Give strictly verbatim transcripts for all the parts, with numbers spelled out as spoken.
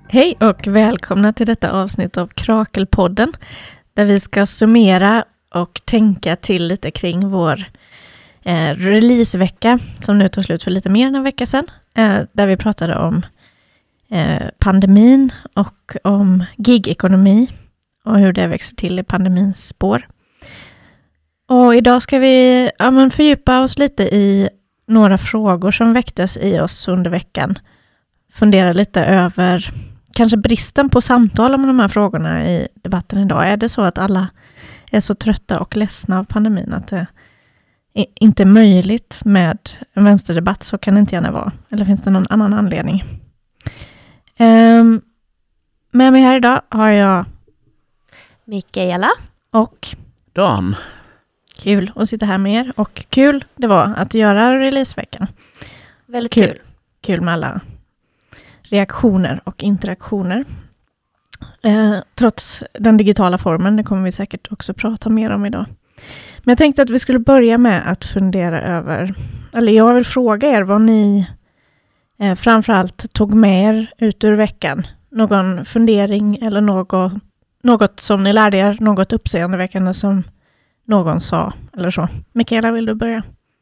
Hej och välkomna till detta avsnitt av Krakelpodden där vi ska summera och tänka till lite kring vår eh, releasevecka som nu tog slut för lite mer än en vecka sedan. Eh, där vi pratade om eh, pandemin och om gigekonomi och hur det växer till i pandemins spår. Och idag ska vi ja, men fördjupa oss lite i några frågor som väcktes i oss under veckan. Fundera lite över kanske bristen på samtal om de här frågorna i debatten idag. Är det så att alla är så trötta och ledsna av pandemin att det inte är möjligt med en vänsterdebatt? Så kan det inte gärna vara. Eller finns det någon annan anledning? Um, med mig här idag har jag Mikaela och Dan. Kul att sitta här med er. Och kul det var att göra releaseveckan. Väldigt kul. Kul, kul med alla reaktioner och interaktioner. Eh, trots den digitala formen, det kommer vi säkert också prata mer om idag. Men jag tänkte att vi skulle börja med att fundera över, eller jag vill fråga er vad ni eh, framförallt tog med er ut ur veckan. Någon fundering eller något, något som ni lärde er, något uppseendeväckande som någon sa eller så. Mikaela, vill du börja?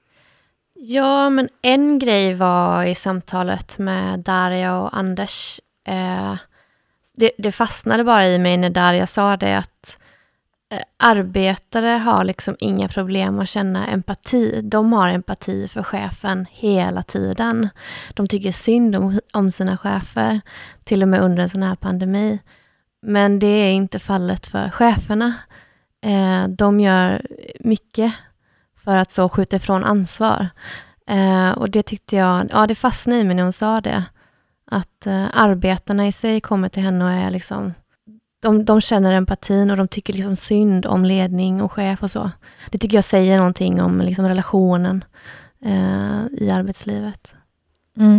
Ja, men en grej var i samtalet med Darja och Anders. Eh, det, det fastnade bara i mig när Darja sa det att eh, arbetare har liksom inga problem att känna empati. De har empati för chefen hela tiden. De tycker synd om, om sina chefer, till och med under en sån här pandemi. Men det är inte fallet för cheferna. Eh, de gör mycket för att så skjuta ifrån ansvar. Eh, och det tyckte jag, ja det fastnade i mig när hon sa det. Att eh, arbetarna i sig kommer till henne och är liksom, de, de känner empatin och de tycker liksom synd om ledning och chef och så. Det tycker jag säger någonting om liksom relationen eh, i arbetslivet. Mm.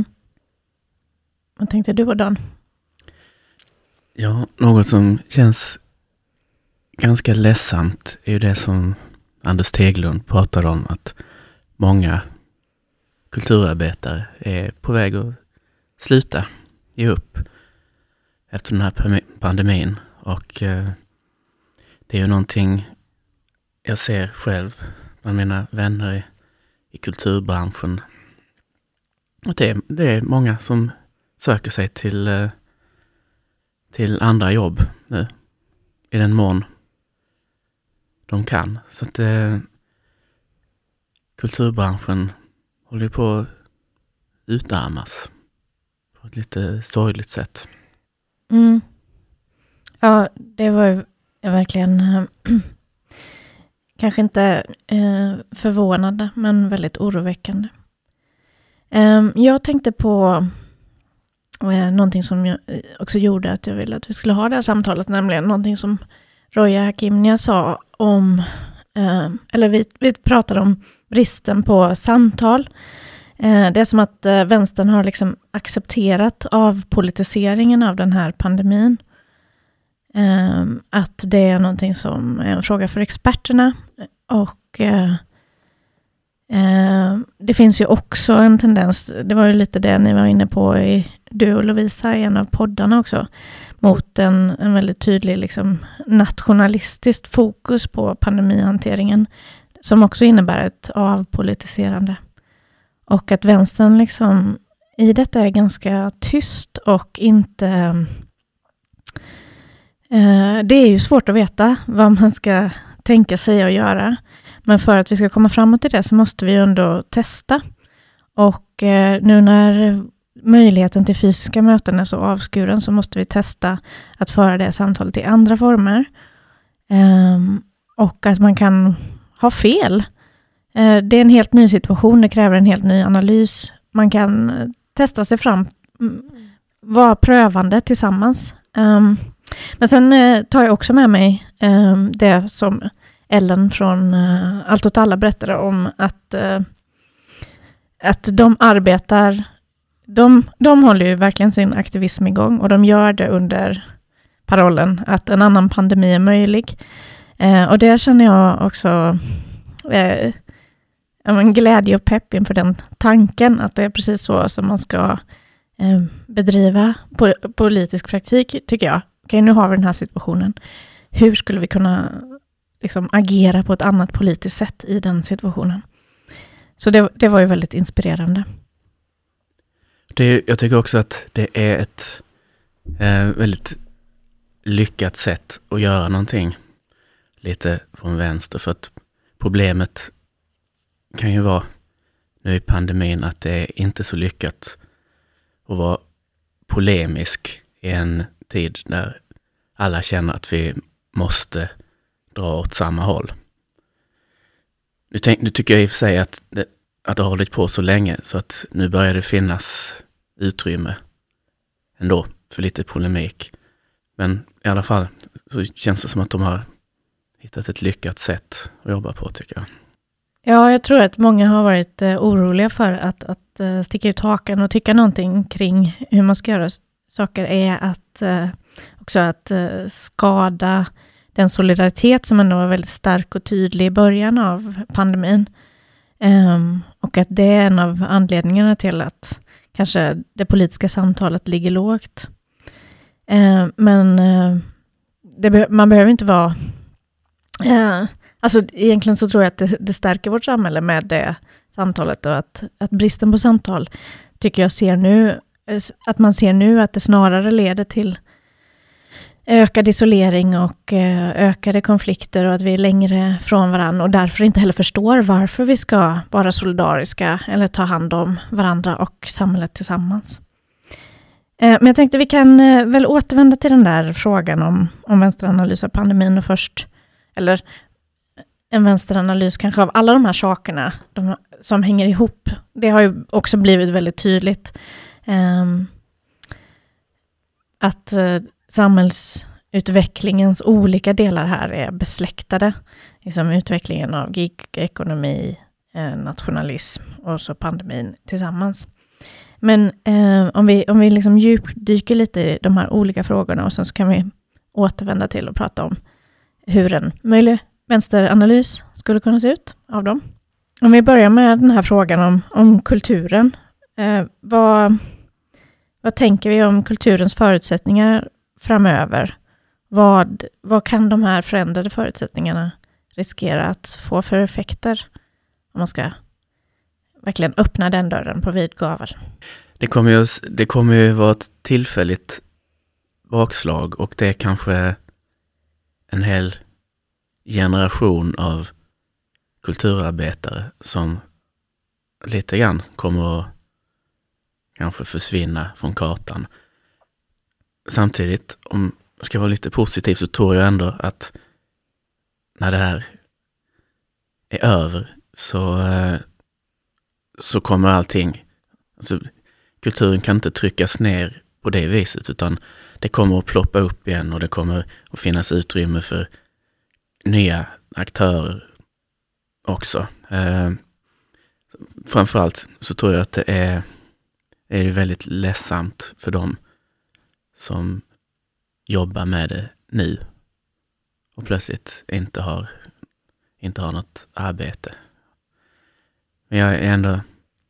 Vad tänkte du på, Dan? Ja, något som känns ganska ledsamt är ju det som Anders Teglund pratade om, att många kulturarbetare är på väg att sluta, ge upp efter den här pandemin. Och eh, det är ju någonting jag ser själv bland mina vänner i, i kulturbranschen. Att det är, det är många som söker sig till, eh, till andra jobb nu, i den mån de kan. Så att eh, kulturbranschen håller på att utarmas på ett lite sorgligt sätt. Mm. Ja, det var ju verkligen äh, kanske inte äh, förvånande, men väldigt oroväckande. Ähm, jag tänkte på äh, någonting som jag också gjorde att jag ville att vi skulle ha det här samtalet, nämligen någonting som Roja Hakimnia sa om, eh, eller vi, vi pratade om bristen på samtal. Eh, det är som att eh, vänstern har liksom accepterat av politiseringen av den här pandemin. Eh, att det är någonting som är en fråga för experterna. Och eh, eh, det finns ju också en tendens, det var ju lite det ni var inne på i du och Lovisa i en av poddarna också, mot en, en väldigt tydlig liksom, nationalistiskt fokus på pandemihanteringen som också innebär ett avpolitiserande. Och att vänstern liksom, i detta är ganska tyst och inte... Eh, det är ju svårt att veta vad man ska tänka sig och göra. Men för att vi ska komma framåt i det så måste vi ändå testa. Och eh, nu när möjligheten till fysiska möten är så avskuren så måste vi testa att föra det samtalet i andra former. Um, och att man kan ha fel. Uh, det är en helt ny situation, det kräver en helt ny analys. Man kan uh, testa sig fram, mm, vara prövande tillsammans. Um, men sen uh, tar jag också med mig um, det som Ellen från uh, Allt åt alla berättade om att, uh, att de arbetar. De, de håller ju verkligen sin aktivism igång och de gör det under parollen att en annan pandemi är möjlig. Eh, och det känner jag också eh, en glädje och pepp inför den tanken att det är precis så som man ska eh, bedriva po- politisk praktik, tycker jag. Okej, nu har vi den här situationen. Hur skulle vi kunna liksom agera på ett annat politiskt sätt i den situationen? Så det, det var ju väldigt inspirerande. Det, jag tycker också att det är ett eh, väldigt lyckat sätt att göra någonting lite från vänster. För att problemet kan ju vara nu i pandemin att det är inte så lyckat att vara polemisk i en tid där alla känner att vi måste dra åt samma håll. Nu, tänk, nu tycker jag i och för sig att det, att det har hållit på så länge så att nu börjar det finnas utrymme ändå för lite polemik. Men i alla fall så känns det som att de har hittat ett lyckat sätt att jobba på, tycker jag. Ja, jag tror att många har varit eh, oroliga för att, att eh, sticka ut hakan och tycka någonting kring hur man ska göra saker är att eh, också att eh, skada den solidaritet som ändå var väldigt stark och tydlig i början av pandemin. Um, och att det är en av anledningarna till att kanske det politiska samtalet ligger lågt. Uh, men uh, det be- man behöver inte vara... Uh, alltså egentligen så tror jag att det, det stärker vårt samhälle med det samtalet och att, att bristen på samtal tycker jag ser nu, att man ser nu att det snarare leder till ökad isolering och ökade konflikter och att vi är längre från varandra och därför inte heller förstår varför vi ska vara solidariska eller ta hand om varandra och samhället tillsammans. Men jag tänkte vi kan väl återvända till den där frågan om, om vänsteranalys av pandemin och först, eller en vänsteranalys kanske av alla de här sakerna de, som hänger ihop. Det har ju också blivit väldigt tydligt um, att uh, samhällsutvecklingens olika delar här är besläktade. Liksom utvecklingen av gig-ekonomi, eh, nationalism och så pandemin tillsammans. Men eh, om vi, om vi liksom djupdyker lite i de här olika frågorna och sen så kan vi återvända till och prata om hur en möjlig vänsteranalys skulle kunna se ut av dem. Om vi börjar med den här frågan om, om kulturen. Eh, vad, vad tänker vi om kulturens förutsättningar framöver? Vad, vad kan de här förändrade förutsättningarna riskera att få för effekter om man ska verkligen öppna den dörren på vid gavel? Det kommer ju, det kommer ju vara ett tillfälligt bakslag och det är kanske en hel generation av kulturarbetare som lite grann kommer att kanske försvinna från kartan. Samtidigt, om jag ska vara lite positiv, så tror jag ändå att när det här är över så, så kommer allting, alltså kulturen kan inte tryckas ner på det viset, utan det kommer att ploppa upp igen och det kommer att finnas utrymme för nya aktörer också. Eh, framförallt så tror jag att det är, är det väldigt ledsamt för dem som jobbar med det nu och plötsligt inte har, inte har något arbete. Men jag är ändå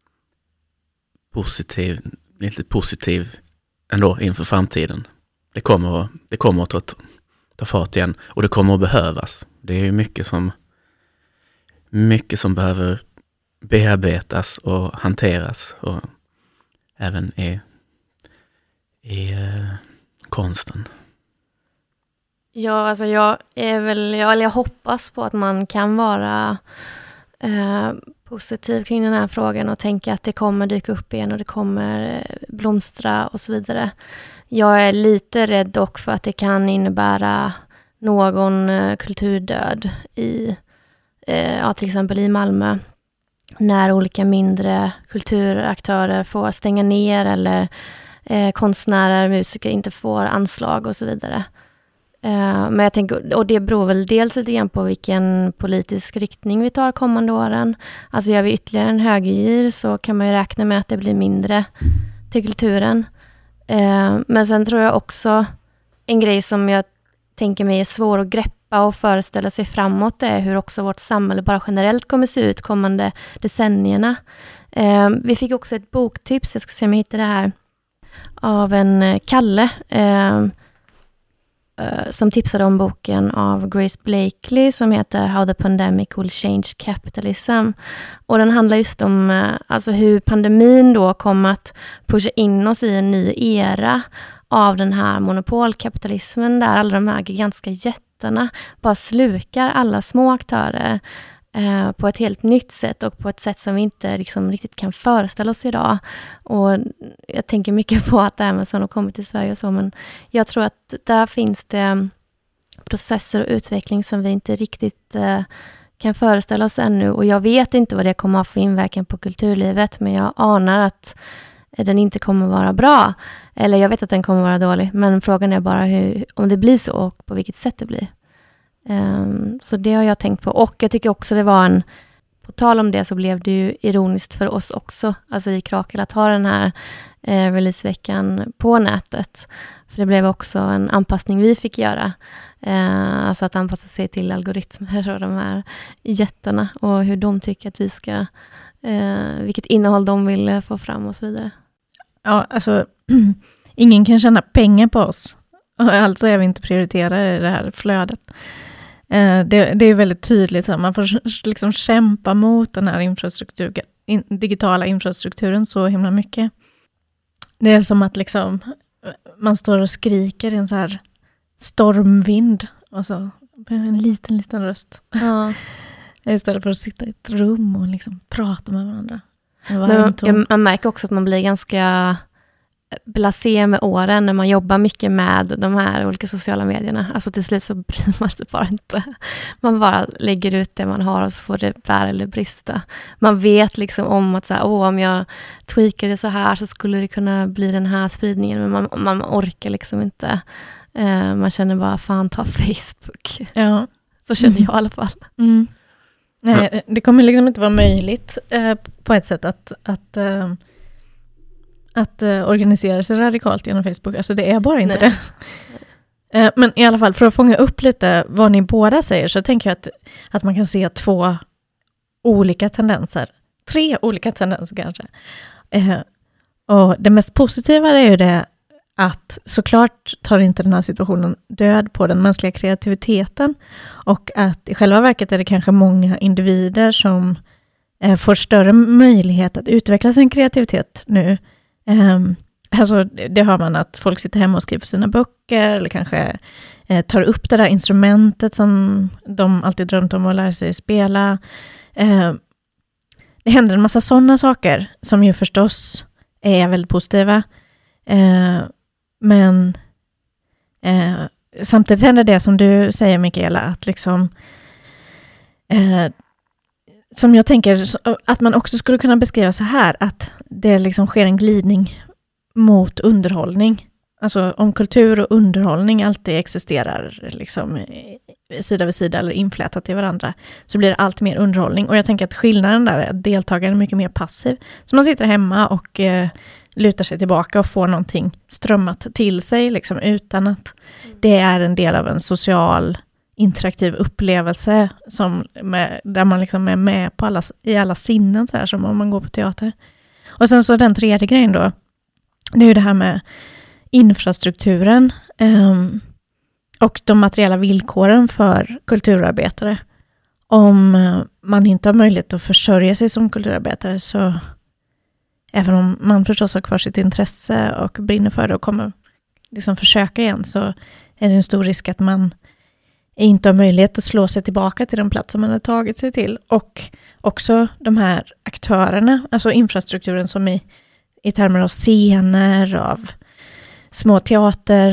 positiv, lite positiv ändå inför framtiden. Det kommer, det kommer att ta, ta fart igen och det kommer att behövas. Det är ju mycket som, mycket som behöver bearbetas och hanteras och även i, i uh, konsten. Ja, alltså jag är väl, jag, jag hoppas på att man kan vara eh, positiv kring den här frågan och tänka att det kommer dyka upp igen och det kommer blomstra och så vidare. Jag är lite rädd dock för att det kan innebära någon eh, kulturdöd i, eh, ja, till exempel i Malmö, när olika mindre kulturaktörer får stänga ner eller eh, konstnärer, musiker inte får anslag och så vidare. Uh, men jag tänker, och det beror väl dels lite grann på vilken politisk riktning vi tar kommande åren. Alltså gör vi ytterligare en högergir så kan man ju räkna med att det blir mindre till kulturen. Uh, men sen tror jag också en grej som jag tänker mig är svår att greppa och föreställa sig framåt är hur också vårt samhälle bara generellt kommer se ut kommande decennierna. Uh, vi fick också ett boktips, jag ska se om jag hittar det här. av en Kalle eh, eh, som tipsade om boken av Grace Blakely som heter How the Pandemic Will Change Capitalism. Och den handlar just om eh, alltså hur pandemin då kommer att pusha in oss i en ny era av den här monopolkapitalismen där alla de här gigantiska jättarna bara slukar alla små aktörer eh, på ett helt nytt sätt och på ett sätt som vi inte liksom riktigt kan föreställa oss idag. Och jag tänker mycket på att Amazon har kommit till Sverige och så, men jag tror att där finns det processer och utveckling som vi inte riktigt eh, kan föreställa oss ännu. Och jag vet inte vad det kommer att få inverkan på kulturlivet, men jag anar att den inte kommer vara bra. Eller jag vet att den kommer vara dålig. Men frågan är bara hur, om det blir så och på vilket sätt det blir. Um, så det har jag tänkt på. Och jag tycker också det var en... På tal om det så blev det ju ironiskt för oss också. Alltså i Krakel att ha den här eh, releaseveckan på nätet. För det blev också en anpassning vi fick göra. Eh, alltså att anpassa sig till algoritmer och de här jättarna. Och hur de tycker att vi ska... Eh, vilket innehåll de vill få fram och så vidare. Ja, alltså ingen kan tjäna pengar på oss. Alltså är vi inte prioriterade i det här flödet. Eh, det, det är väldigt tydligt att man får liksom kämpa mot den här infrastruktur, in, digitala infrastrukturen så himla mycket. Det är som att liksom man står och skriker i en så här stormvind och så en liten, liten röst. Ja. Istället för att sitta i ett rum och liksom prata med varandra. Men jag, man märker också att man blir ganska blasé med åren när man jobbar mycket med de här olika sociala medierna. Alltså till slut så bryr man sig bara inte. Man bara lägger ut det man har och så får det bära eller brista. Man vet liksom om att så här, åh, om jag tweakar det så här så skulle det kunna bli den här spridningen. Men man, man orkar liksom inte. Uh, man känner bara, fan, ta Facebook. Ja. Så känner jag i alla fall. Mm. Nej, det kommer liksom inte vara möjligt eh, på ett sätt att, att, eh, att eh, organisera sig radikalt genom Facebook. Alltså det är bara inte Nej. det. Eh, men i alla fall, för att fånga upp lite vad ni båda säger så tänker jag att, att man kan se två olika tendenser. Tre olika tendenser kanske. Eh, och det mest positiva är ju det att såklart tar inte den här situationen död på den mänskliga kreativiteten och att i själva verket är det kanske många individer som eh, får större möjlighet att utveckla sin kreativitet nu. Eh, alltså det hör man att folk sitter hemma och skriver sina böcker eller kanske eh, tar upp det där instrumentet som de alltid drömt om att lära sig spela. Eh, det händer en massa sådana saker som ju förstås är väldigt positiva. Eh, Men eh, samtidigt händer det som du säger, Mikaela, att liksom eh, som jag tänker att man också skulle kunna beskriva så här, att det liksom sker en glidning mot underhållning. Alltså om kultur och underhållning alltid existerar liksom sida vid sida eller inflätat i varandra så blir det allt mer underhållning. Och jag tänker att skillnaden där är att deltagaren är mycket mer passiv. Så man sitter hemma och eh, lutar sig tillbaka och får någonting strömmat till sig liksom, utan att det är en del av en social interaktiv upplevelse som med, där man liksom är med på alla, i alla sinnen så här, som om man går på teater. Och sen så den tredje grejen då, det är ju det här med infrastrukturen um, och de materiella villkoren för kulturarbetare. Om uh, man inte har möjlighet att försörja sig som kulturarbetare så även om man förstås har kvar sitt intresse och brinner för det och kommer liksom försöka igen så är det en stor risk att man inte har möjlighet att slå sig tillbaka till den plats som man har tagit sig till. Och också de här aktörerna, alltså infrastrukturen som i, i termer av scener, av små teater,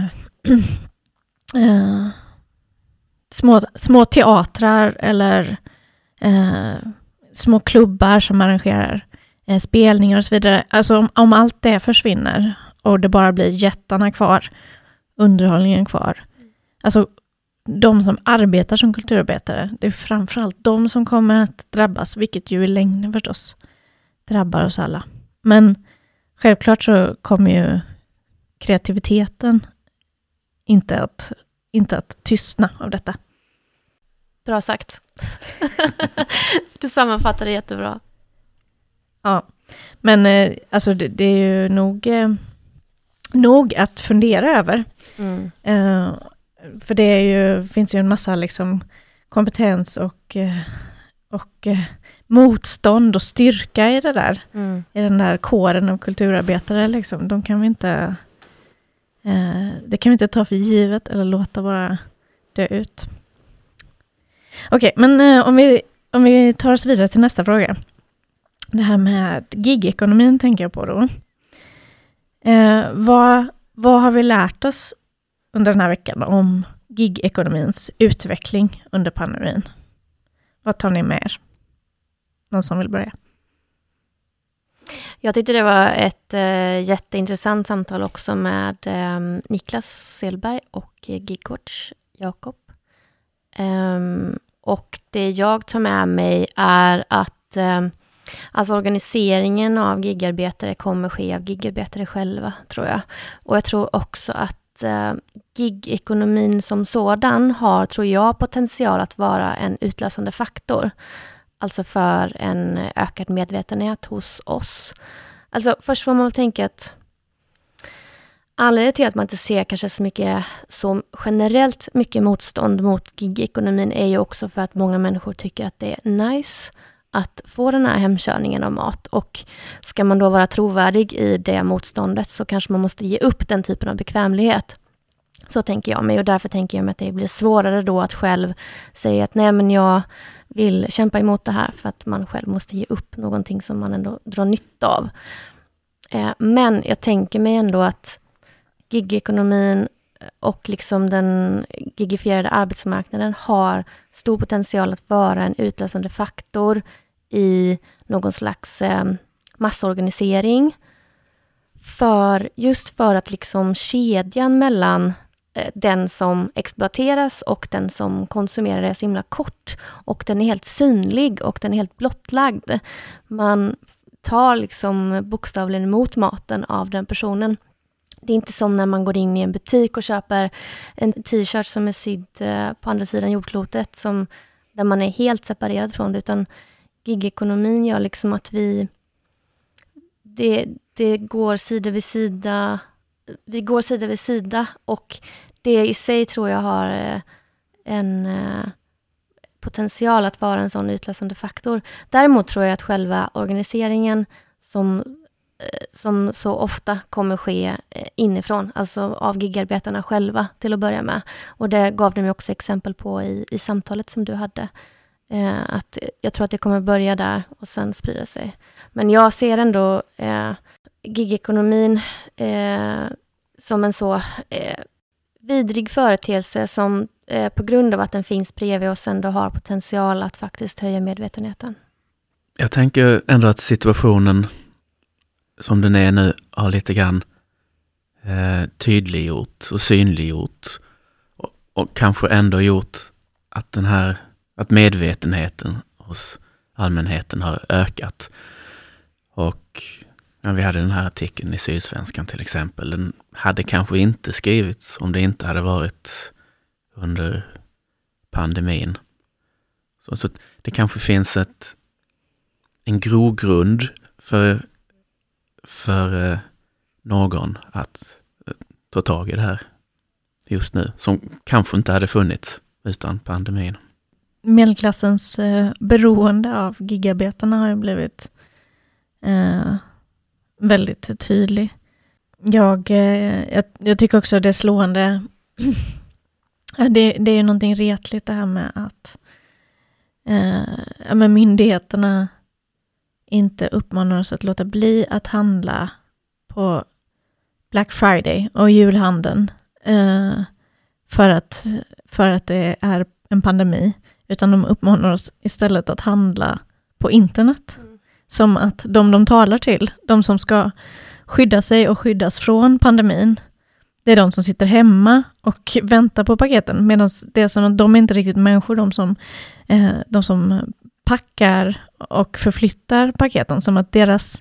äh, små, små teatrar eller äh, små klubbar som arrangerar äh, spelningar och så vidare. Alltså om, om allt det försvinner och det bara blir jättarna kvar, underhållningen kvar. Alltså de som arbetar som kulturarbetare, det är framförallt de som kommer att drabbas, vilket ju i längden förstås drabbar oss alla. Men självklart så kommer ju kreativiteten inte att, inte att tystna av detta. Bra sagt. Du sammanfattar det jättebra. Ja, men alltså det, det är ju nog... nog att fundera över. Mm. Uh, för det är ju, finns ju en massa liksom, kompetens och, uh, och uh, motstånd och styrka i det där. Mm. I den där kåren av kulturarbetare. Liksom. De kan vi inte, uh, det kan vi inte ta för givet eller låta bara dö ut. Okej, okay, men uh, om, vi, om vi tar oss vidare till nästa fråga. Det här med gigekonomin tänker jag på då. Uh, vad, vad har vi lärt oss under den här veckan om gigekonomins utveckling under pandemin? Vad tar ni med er? Någon som vill börja? Jag tyckte det var ett eh, jätteintressant samtal också med eh, Niklas Selberg och eh, Gigcoach Jakob. Um, och det jag tar med mig är att eh, alltså organiseringen av gigarbetare kommer ske av gigarbetare själva, tror jag. Och jag tror också att eh, gigekonomin som sådan har, tror jag, potential att vara en utlösande faktor. Alltså för en ökad medvetenhet hos oss. Alltså först får man tänka att anledningen till att man inte ser kanske så mycket, så generellt mycket motstånd mot gigekonomin är ju också för att många människor tycker att det är nice att få den här hemkörningen av mat. Och ska man då vara trovärdig i det motståndet så kanske man måste ge upp den typen av bekvämlighet. Så tänker jag mig, och därför tänker jag mig att det blir svårare då att själv säga att nej, men jag vill kämpa emot det här, för att man själv måste ge upp någonting som man ändå drar nytta av. Eh, men jag tänker mig ändå att gigekonomin och liksom den gigifierade arbetsmarknaden har stor potential att vara en utlösande faktor i någon slags eh, massorganisering. För, just för att liksom kedjan mellan eh, den som exploateras och den som konsumerar är så himla kort. Och den är helt synlig och den är helt blottlagd. Man tar liksom bokstavligen emot maten av den personen. Det är inte som när man går in i en butik och köper en t-shirt som är sydd eh, på andra sidan jordklotet, som, där man är helt separerad från det, utan gigekonomin gör liksom att vi det, det går sida vid sida vi går sida vid sida, och det i sig tror jag har eh, en eh, potential att vara en sån utlösande faktor. Däremot tror jag att själva organiseringen som som så ofta kommer ske inifrån, alltså av gigarbetarna själva till att börja med. Och det gav de mig också exempel på i, i samtalet som du hade. Eh, att jag tror att det kommer börja där och sen sprida sig. Men jag ser ändå eh, gigekonomin eh, som en så eh, vidrig företeelse som eh, på grund av att den finns bredvid oss ändå har potential att faktiskt höja medvetenheten. Jag tänker ändå att situationen som den är nu har lite grann eh, tydliggjort och synliggjort och, och kanske ändå gjort att den här att medvetenheten hos allmänheten har ökat. Och ja, vi hade den här artikeln i Sydsvenskan till exempel. Den hade kanske inte skrivits om det inte hade varit under pandemin. Så, så det kanske finns ett en grogrund för för eh, någon att eh, ta tag i det här just nu, som kanske inte hade funnits utan pandemin. Medelklassens eh, beroende av gigarbetarna har ju blivit eh, väldigt tydlig. Jag, eh, jag, jag tycker också det är slående. det, det är ju någonting retligt det här med att eh, med myndigheterna inte uppmanar oss att låta bli att handla på Black Friday och julhandeln eh, för, att, för att det är en pandemi, utan de uppmanar oss istället att handla på internet. Mm. Som att de de talar till, de som ska skydda sig och skyddas från pandemin, det är de som sitter hemma och väntar på paketen, medan det är som att de är inte riktigt människor, de som, eh, de som packar och förflyttar paketen, som att deras,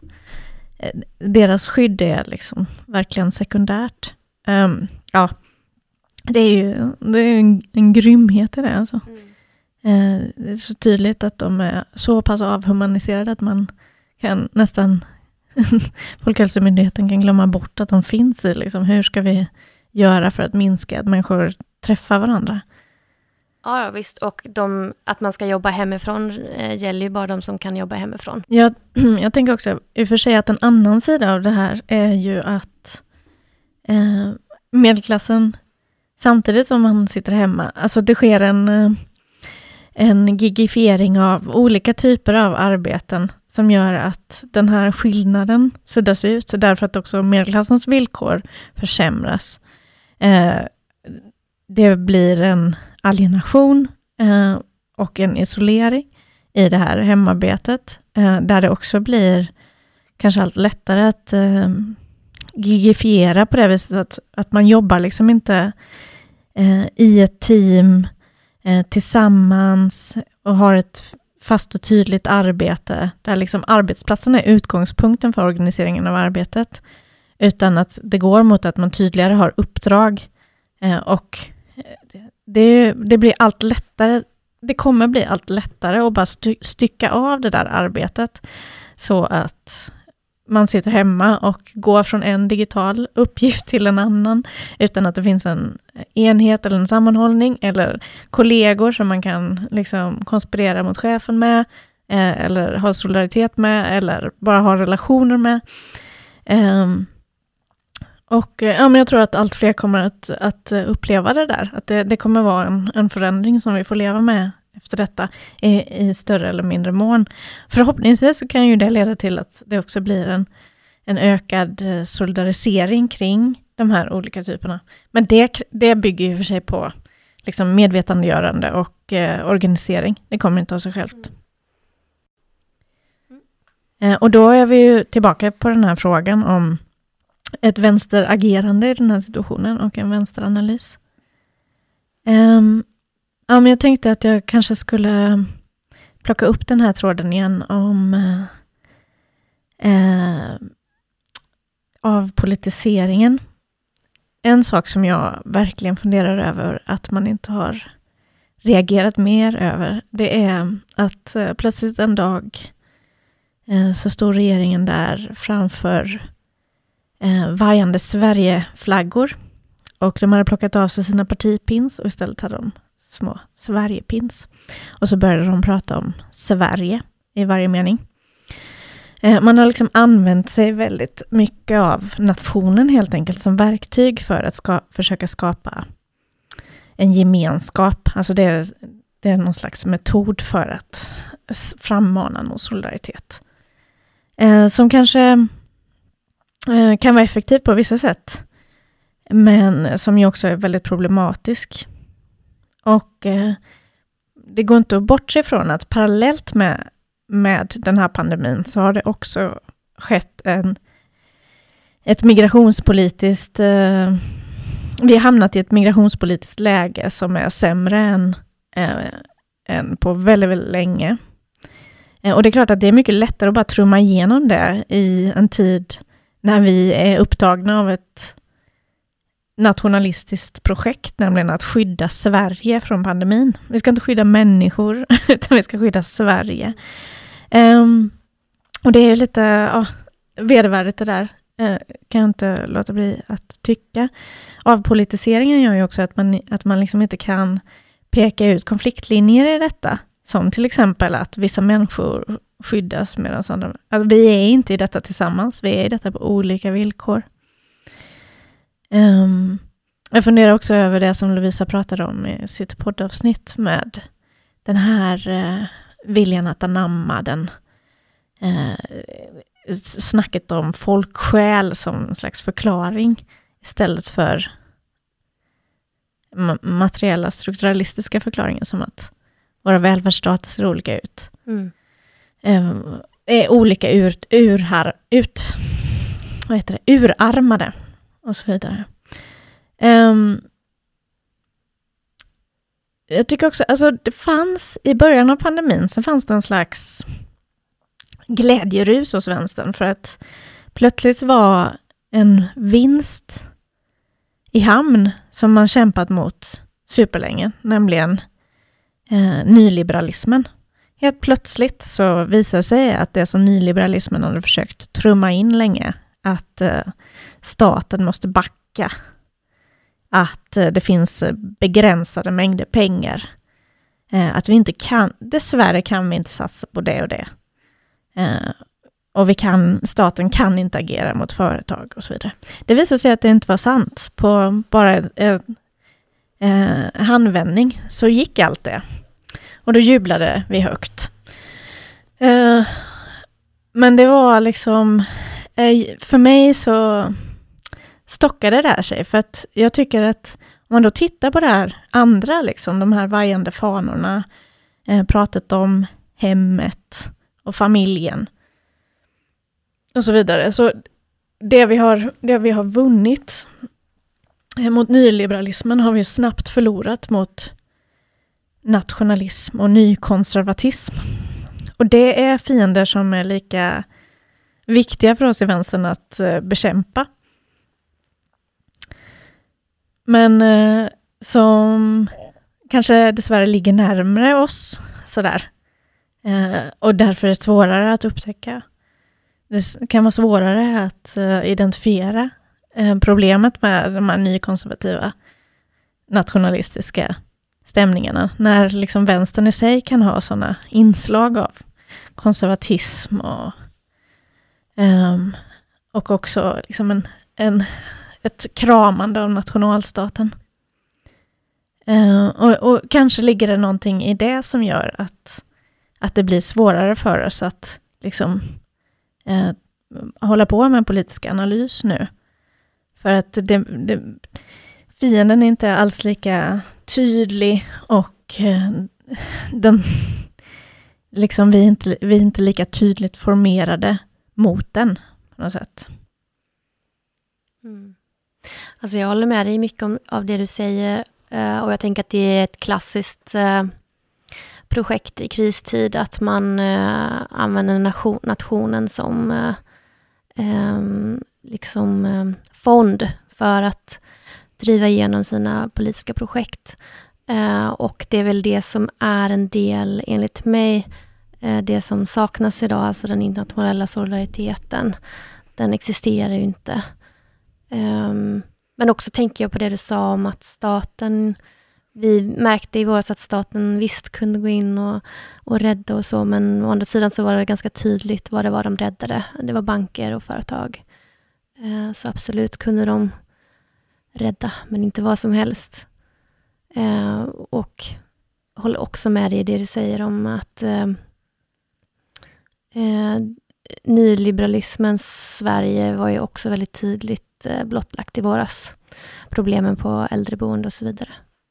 deras skydd är liksom verkligen sekundärt. Um, ja, det är ju det är en, en grymhet i det. Alltså. Mm. Uh, det är så tydligt att de är så pass avhumaniserade att man kan nästan Folkhälsomyndigheten kan glömma bort att de finns i. Liksom. Hur ska vi göra för att minska att människor träffar varandra? Ja, visst. Och de, att man ska jobba hemifrån eh, gäller ju bara de som kan jobba hemifrån. Jag, jag tänker också i och för sig att en annan sida av det här är ju att eh, medelklassen, samtidigt som man sitter hemma, alltså det sker en, en gigifiering av olika typer av arbeten som gör att den här skillnaden suddas ut, därför att också medelklassens villkor försämras. Eh, det blir en alienation eh, och en isolering i det här hemarbetet, eh, där det också blir kanske allt lättare att eh, gigifiera på det viset att, att man jobbar liksom inte eh, i ett team eh, tillsammans och har ett fast och tydligt arbete där liksom arbetsplatsen är utgångspunkten för organiseringen av arbetet, utan att det går mot att man tydligare har uppdrag eh, och det, det blir allt lättare, det kommer bli allt lättare att bara st- stycka av det där arbetet så att man sitter hemma och går från en digital uppgift till en annan utan att det finns en enhet eller en sammanhållning eller kollegor som man kan liksom konspirera mot chefen med eh, eller ha solidaritet med eller bara ha relationer med. Um, och ja, men jag tror att allt fler kommer att, att uppleva det där. Att det, det kommer vara en, en förändring som vi får leva med efter detta i, i större eller mindre mån. Förhoppningsvis så kan ju det leda till att det också blir en, en ökad solidarisering kring de här olika typerna. Men det, det bygger ju för sig på liksom medvetandegörande och eh, organisering. Det kommer inte av sig självt. Mm. Eh, och då är vi ju tillbaka på den här frågan om ett vänsteragerande i den här situationen och en vänsteranalys. Um, ja, men jag tänkte att jag kanske skulle plocka upp den här tråden igen om uh, av politiseringen. En sak som jag verkligen funderar över att man inte har reagerat mer över, det är att uh, plötsligt en dag uh, så står regeringen där framför Eh, vajande Sverige-flaggor och de hade plockat av sig sina partipins och istället hade de små Sverige-pins. Och så började de prata om Sverige i varje mening. Eh, man har liksom använt sig väldigt mycket av nationen helt enkelt som verktyg för att ska, försöka skapa en gemenskap. Alltså det är, det är någon slags metod för att frammana någon solidaritet. Eh, som kanske kan vara effektiv på vissa sätt, men som ju också är väldigt problematisk. Och eh, det går inte att bortse från att parallellt med, med den här pandemin så har det också skett en, ett migrationspolitiskt eh, vi har hamnat i ett migrationspolitiskt läge som är sämre än, eh, än på väldigt, väldigt länge. Eh, och det är klart att det är mycket lättare att bara trumma igenom det i en tid när vi är upptagna av ett nationalistiskt projekt, nämligen att skydda Sverige från pandemin. Vi ska inte skydda människor, utan vi ska skydda Sverige. Um, och det är lite ja, vedervärdigt det där, uh, kan jag inte låta bli att tycka. Avpolitiseringen gör ju också att man, att man liksom inte kan peka ut konfliktlinjer i detta, som till exempel att vissa människor skyddas medan andra... Alltså vi är inte i detta tillsammans. Vi är i detta på olika villkor. Um, jag funderar också över det som Lovisa pratade om i sitt poddavsnitt med den här uh, viljan att anamma den uh, snacket om folksjäl som en slags förklaring istället för ma- materiella strukturalistiska förklaringar som att våra välfärdsstater ser olika ut. Mm. Uh, är olika ur, ur här, ut, vad heter det, urarmade och så vidare. Um, jag tycker också, alltså det fanns i början av pandemin så fanns det en slags glädjerus hos vänstern för att plötsligt var en vinst i hamn som man kämpat mot superlänge, nämligen eh, nyliberalismen. helt plötsligt så visar sig att det som nyliberalismen hade försökt trumma in länge, att eh, staten måste backa, att eh, det finns begränsade mängder pengar, eh, att vi inte kan, dessvärre kan vi inte satsa på det och det. Eh, och vi kan, staten kan inte agera mot företag och så vidare. Det visar sig att det inte var sant. På bara en eh, handvändning så gick allt det. Och då jublade vi högt. Eh, men det var liksom, eh, för mig så stockade det där sig. För att jag tycker att om man då tittar på det här andra, liksom, de här vajande fanorna, eh, pratet om hemmet och familjen och så vidare. Så det vi har, det vi har vunnit mot nyliberalismen har vi snabbt förlorat mot nationalism och nykonservatism. Och det är fiender som är lika viktiga för oss i vänstern att uh, bekämpa. Men uh, som kanske dessvärre ligger närmare oss sådär. Uh, och därför är det svårare att upptäcka. Det kan vara svårare att uh, identifiera uh, problemet med de här nykonservativa nationalistiska stämningarna. När liksom vänstern i sig kan ha sådana inslag av konservatism och, um, och också liksom en, en, ett kramande av nationalstaten. Uh, och, och kanske ligger det någonting i det som gör att, att det blir svårare för oss att liksom uh, hålla på med en politisk analys nu. För att det, det, fienden är inte alls lika tydlig och uh, den, liksom vi, är inte, vi är inte lika tydligt formerade mot den på något sätt. Mm. Alltså jag håller med dig mycket om, av det du säger. Och jag tänker att det är ett klassiskt eh, projekt i kristid att man eh, använder nation, nationen som eh, eh, liksom eh, fond för att driva igenom sina politiska projekt. Eh, och det är väl det som är en del, enligt mig, eh, det som saknas idag, alltså den internationella solidariteten. Den existerar ju inte. Eh, Men också tänker jag på det du sa om att staten, vi märkte i våras att staten visst kunde gå in och, och rädda och så, men å andra sidan så var det ganska tydligt vad det var de räddade. Det var banker och företag. Eh, så absolut kunde de rädda, men inte vad som helst. Eh, och håller också med dig i det du säger om att eh, eh, nyliberalismens Sverige var ju också väldigt tydligt blottlagt i våras. Problemen på äldreboende och så vidare.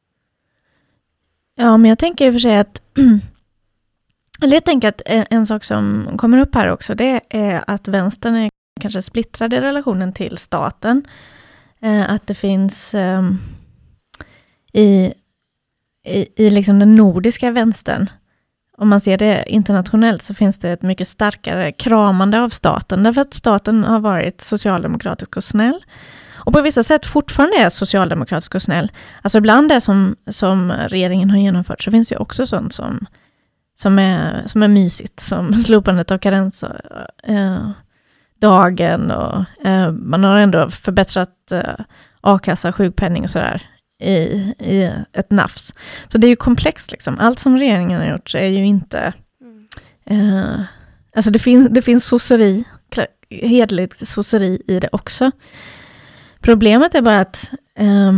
Ja, men jag tänker i och för sig att eller jag tänker att en sak som kommer upp här också, det är att vänstern är kanske splittrad i relationen till staten. Att det finns um, i, i, i liksom den nordiska vänstern, om man ser det internationellt, så finns det ett mycket starkare kramande av staten. Därför att staten har varit socialdemokratisk och snäll. Och på vissa sätt fortfarande är socialdemokratisk och snäll. Alltså ibland det som, som regeringen har genomfört så finns ju också sånt som, som, är, som är mysigt. Som slopandet av karensdagen. Eh, och eh, man har ändå förbättrat eh, a-kassa, sjukpenning och sådär. I, i ett nafs. Så det är ju komplext liksom. Allt som regeringen har gjort är ju inte mm. eh, alltså det finns, det finns sosseri, hedligt sosseri i det också. Problemet är bara att eh,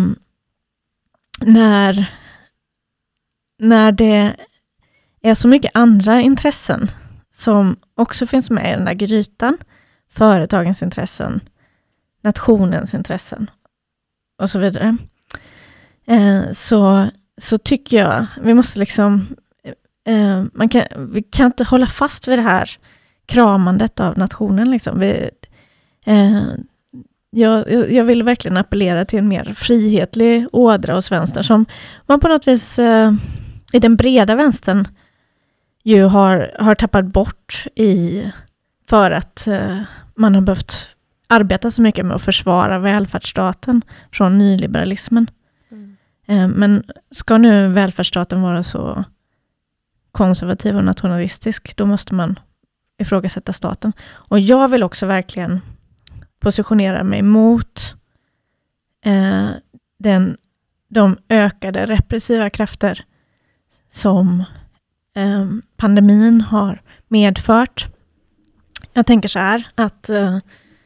när när det är så mycket andra intressen som också finns med i den där grytan, företagens intressen, nationens intressen och så vidare. Eh, så, så tycker jag vi måste liksom eh, man kan, vi kan inte hålla fast vid det här kramandet av nationen liksom. Vi, eh, jag, jag vill verkligen appellera till en mer frihetlig ådra hos vänstern som man på något vis eh, i den breda vänstern ju har, har tappat bort i för att eh, man har behövt arbeta så mycket med att försvara välfärdsstaten från nyliberalismen. Men ska nu välfärdsstaten vara så konservativ och nationalistisk, då måste man ifrågasätta staten. Och jag vill också verkligen positionera mig mot eh, den, de ökade repressiva krafter som eh, pandemin har medfört. Jag tänker så här att eh,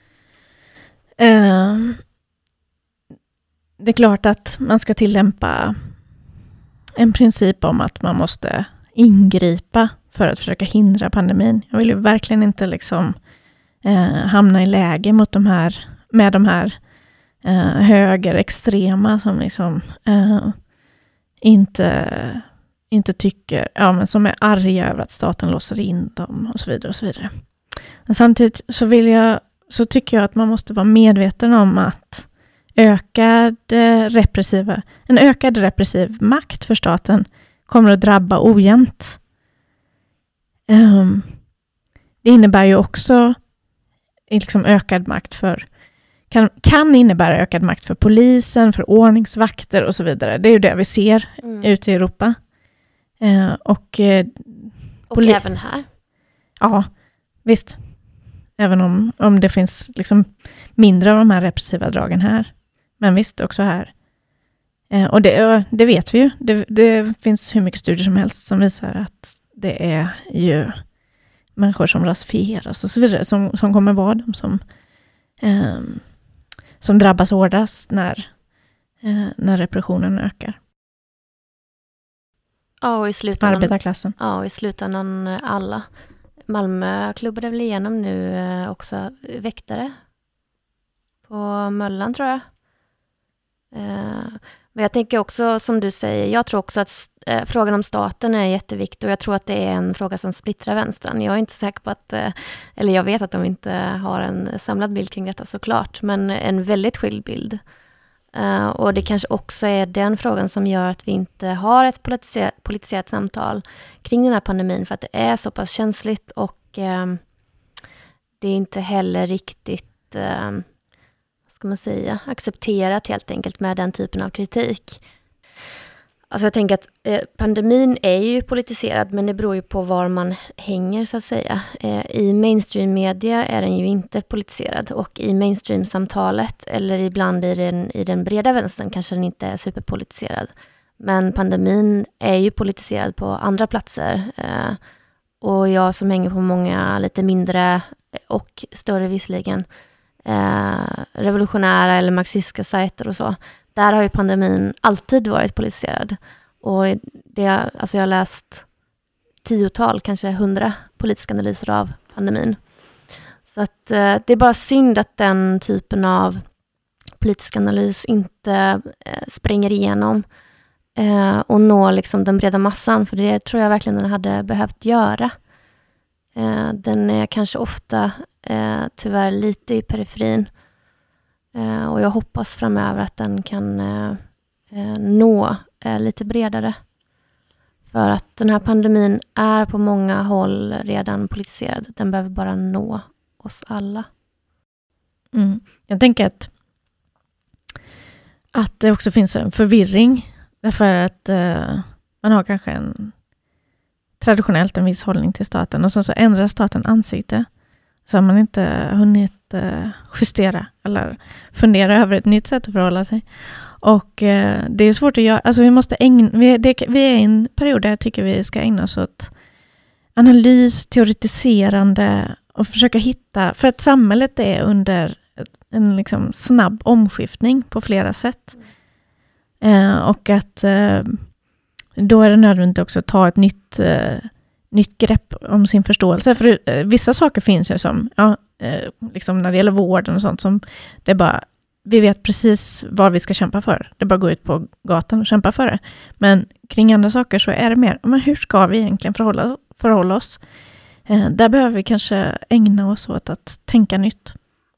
eh, det är klart att man ska tillämpa en princip om att man måste ingripa för att försöka hindra pandemin. Jag vill ju verkligen inte liksom eh, hamna i läge mot de här, med de här eh, högerextrema som liksom eh, inte, inte tycker, ja, men som är arga över att staten låser in dem och så vidare och så vidare. Men samtidigt så vill jag, så tycker jag att man måste vara medveten om att ökad repressiva, en ökad repressiv makt för staten kommer att drabba ojämnt. Um, det innebär ju också liksom ökad makt för kan, kan innebära ökad makt för polisen, för ordningsvakter och så vidare. Det är ju det vi ser mm. ute i Europa. Uh, och uh, och poli- även här. Ja, visst. Även om, om det finns liksom mindre av de här repressiva dragen här. Men visst, också här. Uh, och det, det vet vi ju. Det, det finns hur mycket studier som helst som visar att det är ju människor som rasifieras och så vidare som, som kommer vara de som, eh, som drabbas hårdast när, eh, när repressionen ökar. Ja, och i slutändan, arbetarklassen. Ja, och i slutändan alla. Malmö klubbade väl igenom nu eh, också väktare på Möllan, tror jag. Eh, men jag tänker också, som du säger, jag tror också att eh, frågan om staten är jätteviktig och jag tror att det är en fråga som splittrar vänstern. Jag är inte säker på att, eh, eller jag vet att de inte har en samlad bild kring detta såklart, men en väldigt skild bild. Uh, och det kanske också är den frågan som gör att vi inte har ett politiserat, politiserat samtal kring den här pandemin, för att det är så pass känsligt och uh, det är inte heller riktigt uh, vad ska man säga, accepterat helt enkelt med den typen av kritik. Alltså jag tänker att eh, pandemin är ju politiserad, men det beror ju på var man hänger så att säga. Eh, I mainstream-media är den ju inte politiserad, och i mainstream-samtalet eller ibland i den, i den breda vänstern kanske den inte är superpolitiserad. Men pandemin är ju politiserad på andra platser. Eh, och jag som hänger på många lite mindre och större visserligen eh, revolutionära eller marxistiska sajter och så, där har ju pandemin alltid varit politiserad. Och det, alltså jag har läst tiotal, kanske hundra politiska analyser av pandemin. Så att eh, det är bara synd att den typen av politisk analys inte eh, spränger igenom eh, och når liksom den breda massan. För det tror jag verkligen den hade behövt göra. Eh, den är kanske ofta eh, tyvärr lite i periferin. Uh, och jag hoppas framöver att den kan uh, uh, nå uh, lite bredare. För att den här pandemin är på många håll redan politiserad. Den behöver bara nå oss alla. Mm. Jag tänker att, att det också finns en förvirring. Därför att uh, man har kanske en traditionellt en viss hållning till staten. Och så, så ändrar staten ansikte. Så har man inte hunnit eh, justera eller fundera över ett nytt sätt att förhålla sig. Och eh, det är svårt att göra. Alltså vi måste ägna, vi, det, vi är i en period där jag tycker vi ska ägna oss åt analys, teoretiserande och försöka hitta, för att samhället är under en liksom snabb omskiftning på flera sätt. Eh, och att eh, då är det nödvändigt också att ta ett nytt eh, nytt grepp om sin förståelse. För eh, vissa saker finns ju som, ja, eh, liksom när det gäller vården och sånt, som det är bara, vi vet precis vad vi ska kämpa för. Det är bara att gå ut på gatan och kämpa för det. Men kring andra saker så är det mer, men hur ska vi egentligen förhålla, förhålla oss? Eh, där behöver vi kanske ägna oss åt att tänka nytt.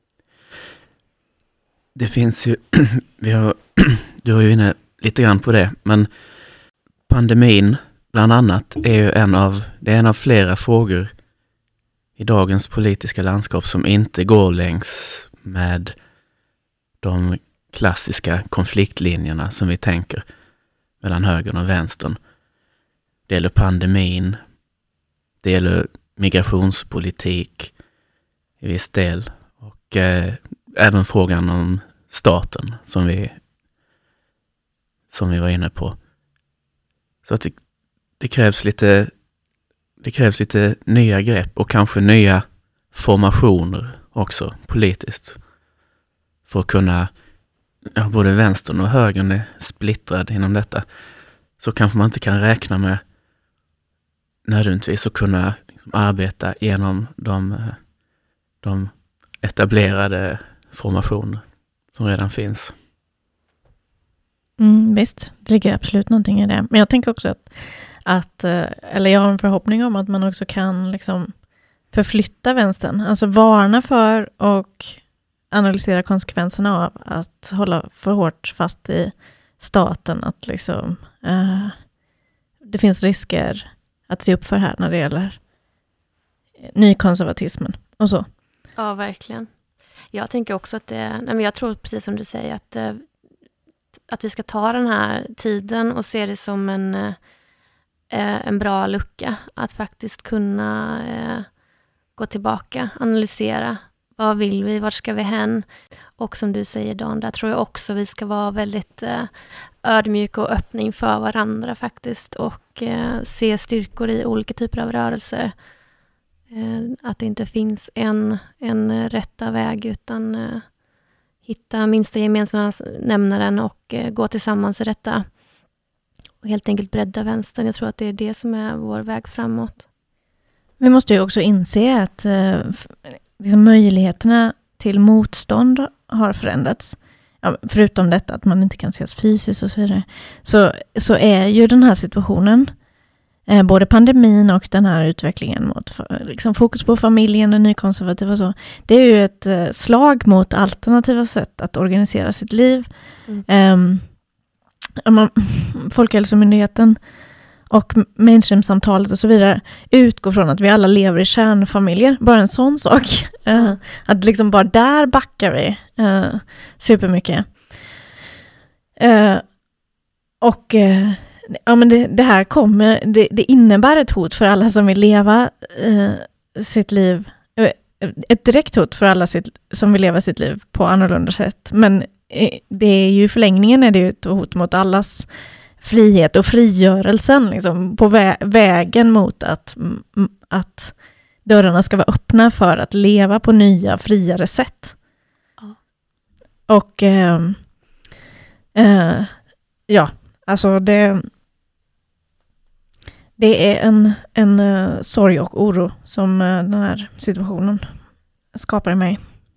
Det finns ju, vi har, du har ju inne lite grann på det, men pandemin bland annat är ju en av, det är en av flera frågor i dagens politiska landskap som inte går längs med de klassiska konfliktlinjerna som vi tänker mellan högern och vänstern. det gäller pandemin, det gäller migrationspolitik i viss del och eh, även frågan om staten som vi som vi var inne på. Så att det, det krävs lite det krävs lite nya grepp och kanske nya formationer också politiskt för att kunna, ja, både vänstern och högern är splittrad inom detta, så kanske man inte kan räkna med nödvändigtvis att kunna liksom arbeta genom de, de etablerade formationer som redan finns. Mm, visst, det ligger absolut någonting i det. Men jag tänker också att, att eller jag har en förhoppning om att man också kan liksom förflytta vänstern. Alltså varna för och analysera konsekvenserna av att hålla för hårt fast i staten. Att liksom, uh, det finns risker att se upp för här när det gäller nykonservatismen och så. Ja, verkligen. Jag tänker också att det, nej men jag tror precis som du säger att, att vi ska ta den här tiden och se det som en, en bra lucka. Att faktiskt kunna gå tillbaka, analysera. Vad vill vi? Vart ska vi hän? Och som du säger, Dan, där tror jag också vi ska vara väldigt ödmjuka och öppning för varandra faktiskt. Och se styrkor i olika typer av rörelser. Att det inte finns en, en rätta väg utan uh, hitta minsta gemensamma nämnaren och uh, gå tillsammans i detta. Och helt enkelt bredda vänstern. Jag tror att det är det som är vår väg framåt. Vi måste ju också inse att uh, liksom möjligheterna till motstånd har förändrats. Ja, förutom detta att man inte kan ses fysiskt och så vidare. Så, så är ju den här situationen, Eh, både pandemin och den här utvecklingen mot för, liksom fokus på familjen, den nykonservativa och så. Det är ju ett eh, slag mot alternativa sätt att organisera sitt liv. Mm. Eh, man, Folkhälsomyndigheten och mainstream-samtalet och så vidare utgår från att vi alla lever i kärnfamiljer. Bara en sån sak. Mm. Eh, att liksom bara där backar vi eh, supermycket. Eh, och eh, Ja, men det, det här kommer, det, det innebär ett hot för alla som vill leva eh, sitt liv, ett direkt hot för alla sitt, som vill leva sitt liv på annorlunda sätt. Men eh, det är ju i förlängningen är det ju ett hot mot allas frihet och frigörelsen liksom, på vä- vägen mot att, m- att dörrarna ska vara öppna för att leva på nya, friare sätt. Ja. Och eh, eh, ja, alltså det Det är en, en uh, sorg och oro som uh, den här situationen skapar i mig.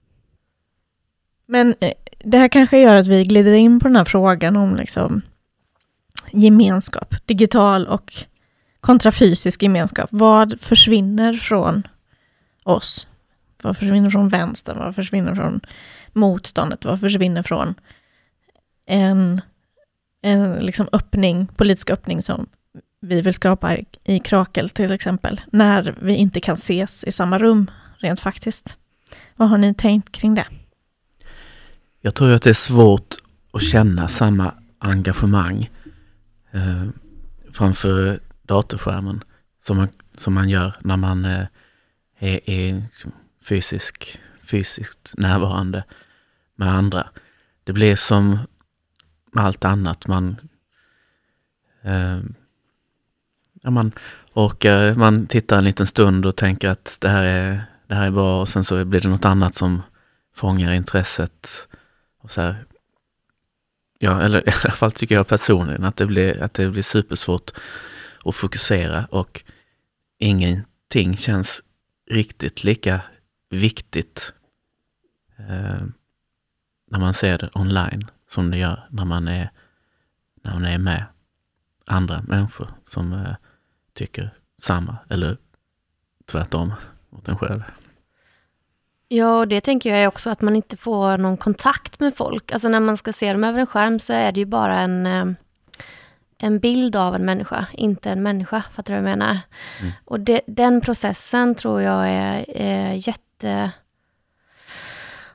Men uh, det här kanske gör att vi glider in på den här frågan om liksom, gemenskap, digital och kontrafysisk gemenskap. Vad försvinner från oss? Vad försvinner från vänstern? Vad försvinner från motståndet? Vad försvinner från en, en liksom öppning, politisk öppning som vi vill skapa i Krakel till exempel, när vi inte kan ses i samma rum rent faktiskt. Vad har ni tänkt kring det? Jag tror att det är svårt att känna samma engagemang eh, framför datorskärmen som man, som man gör när man eh, är, är liksom fysisk, fysiskt närvarande med andra. Det blir som med allt annat. Man eh, Ja, man orkar, man tittar en liten stund och tänker att det här är, det här är bra och sen så blir det något annat som fångar intresset. Och så här. Ja, eller i alla fall tycker jag personligen att det blir, att det blir supersvårt att fokusera och ingenting känns riktigt lika viktigt eh, när man ser det online som det gör när man är, när man är med andra människor som eh, tycker samma eller tvärtom mot en själv. Ja, och det tänker jag är också att man inte får någon kontakt med folk. Alltså när man ska se dem över en skärm så är det ju bara en, en bild av en människa, inte en människa, fattar du vad jag menar? Mm. Och det, den processen tror jag är, är jätte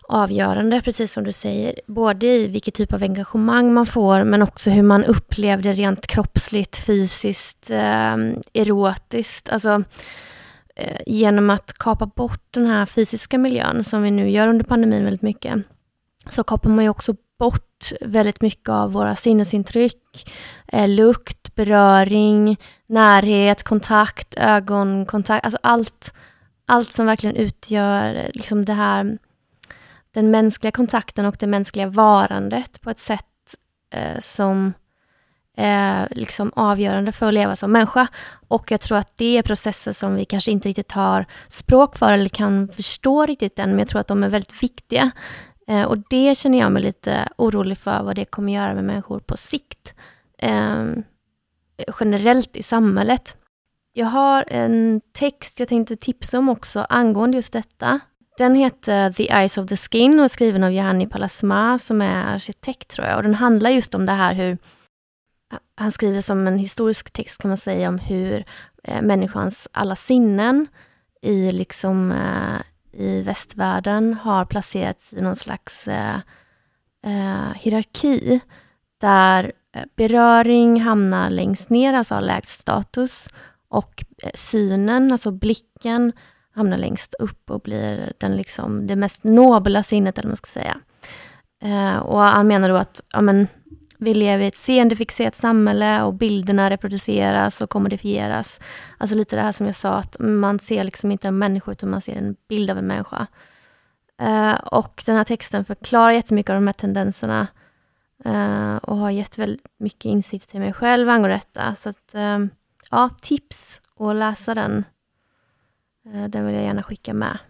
avgörande, precis som du säger. Både i vilket typ av engagemang man får, men också hur man upplevde rent kroppsligt, fysiskt, eh, erotiskt. Alltså eh, genom att kapa bort den här fysiska miljön som vi nu gör under pandemin väldigt mycket, så kapar man ju också bort väldigt mycket av våra sinnesintryck, eh, lukt, beröring, närhet, kontakt, ögonkontakt, alltså allt, allt som verkligen utgör liksom det här, den mänskliga kontakten och det mänskliga varandet på ett sätt eh, som är liksom avgörande för att leva som människa. Och jag tror att det är processer som vi kanske inte riktigt har språk för eller kan förstå riktigt än, men jag tror att de är väldigt viktiga. Eh, och det känner jag mig lite orolig för, vad det kommer göra med människor på sikt. Eh, generellt i samhället. Jag har en text jag tänkte tipsa om också angående just detta. Den heter The Eyes of the Skin och är skriven av Gianni Pallasmaa som är arkitekt, tror jag. Och den handlar just om det här hur, han skriver som en historisk text kan man säga, om hur eh, människans alla sinnen i liksom eh, i västvärlden har placerats i någon slags eh, eh, hierarki där beröring hamnar längst ner, alltså har lägst status, och eh, synen, alltså blicken, hamnar längst upp och blir den liksom det mest nobla sinnet, eller vad man ska säga. Eh, och han menar då att ja, men, vi lever i ett seendefixerat samhälle och bilderna reproduceras och kommodifieras. Alltså lite det här som jag sa, att man ser liksom inte en människa utan man ser en bild av en människa. Eh, och den här texten förklarar jättemycket av de här tendenserna eh, och har gett väldigt mycket insikt till mig själv angående detta. Så att, eh, ja, tips att läsa den. Eh, den vill jag gärna skicka med.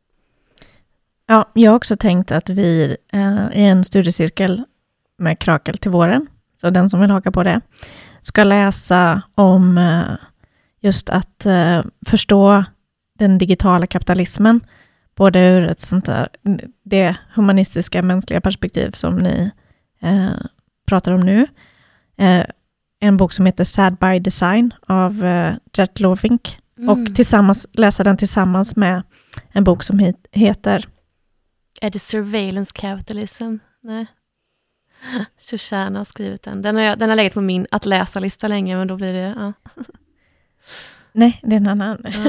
Ja, jag har också tänkt att vi eh, i en studiecirkel med Krakel till våren, så den som vill haka på det, ska läsa om eh, just att eh, förstå den digitala kapitalismen, både ur ett sånt där, det humanistiska mänskliga perspektiv som ni eh, pratar om nu. Eh, en bok som heter Sad by Design av eh, Jett Lovink. Mm. Och tillsammans, läsa den tillsammans med en bok som he- heter Är det Surveillance Capitalism? Nej. Shoshana har skrivit den. Den har, den har legat på min att läsa-lista länge, men då blir det... Ja. Nej, det är en annan. Ja.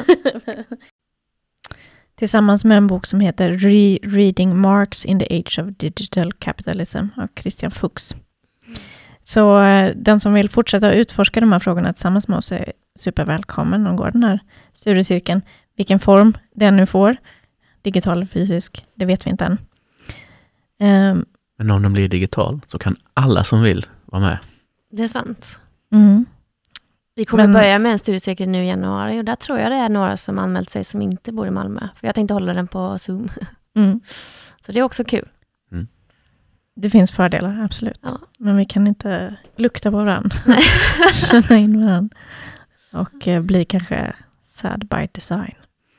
Tillsammans med en bok som heter Re-Reading Marx in the Age of Digital Capitalism av Christian Fuchs. Mm. Så den som vill fortsätta utforska de här frågorna tillsammans med oss är supervälkommen och går den här studiecirkeln. Vilken form den nu får, digital eller fysisk, det vet vi inte än. Um, Men om den blir digital så kan alla som vill vara med. Det är sant. Mm. Vi kommer Men, börja med en studiecirkel nu i januari och där tror jag det är några som anmält sig som inte bor i Malmö. För jag tänkte hålla den på Zoom. Mm. Så det är också kul. Mm. Det finns fördelar, absolut. Ja. Men vi kan inte lukta på varandra. Känna in varandra. Och eh, bli kanske sad by design.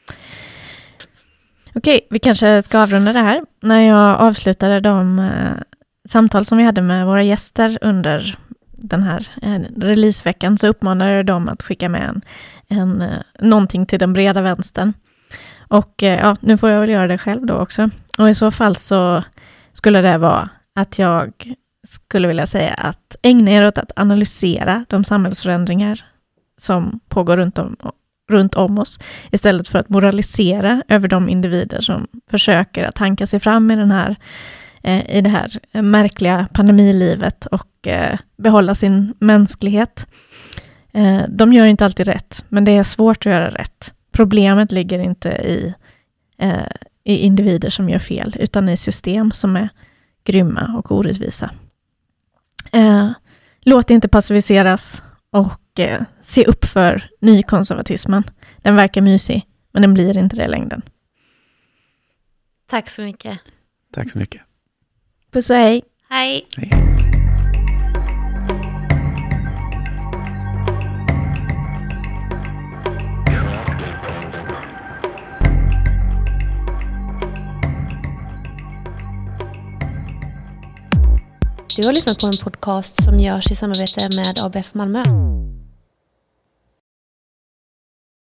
Okej, vi kanske ska avrunda det här. När jag avslutade de eh, samtal som vi hade med våra gäster under den här eh, releaseveckan så uppmanade jag dem att skicka med en, en, eh, någonting till den breda vänstern. Och eh, ja, nu får jag väl göra det själv då också. Och i så fall så skulle det vara att jag skulle vilja säga att ägna er åt att analysera de samhällsförändringar som pågår runt om, runt om oss istället för att moralisera över de individer som försöker att tanka sig fram i, den här, eh, i det här märkliga pandemilivet och eh, behålla sin mänsklighet. Eh, de gör inte alltid rätt, men det är svårt att göra rätt. Problemet ligger inte i, eh, i individer som gör fel utan i system som är grymma och orättvisa. Eh, låt inte passiviseras och eh, se upp för nykonservatismen. Den verkar mysig, men den blir inte det i längden. Tack så mycket. Tack så mycket. Puss och hej. Hej. Hej. Du har lyssnat på en podcast som görs i samarbete med A B F Malmö.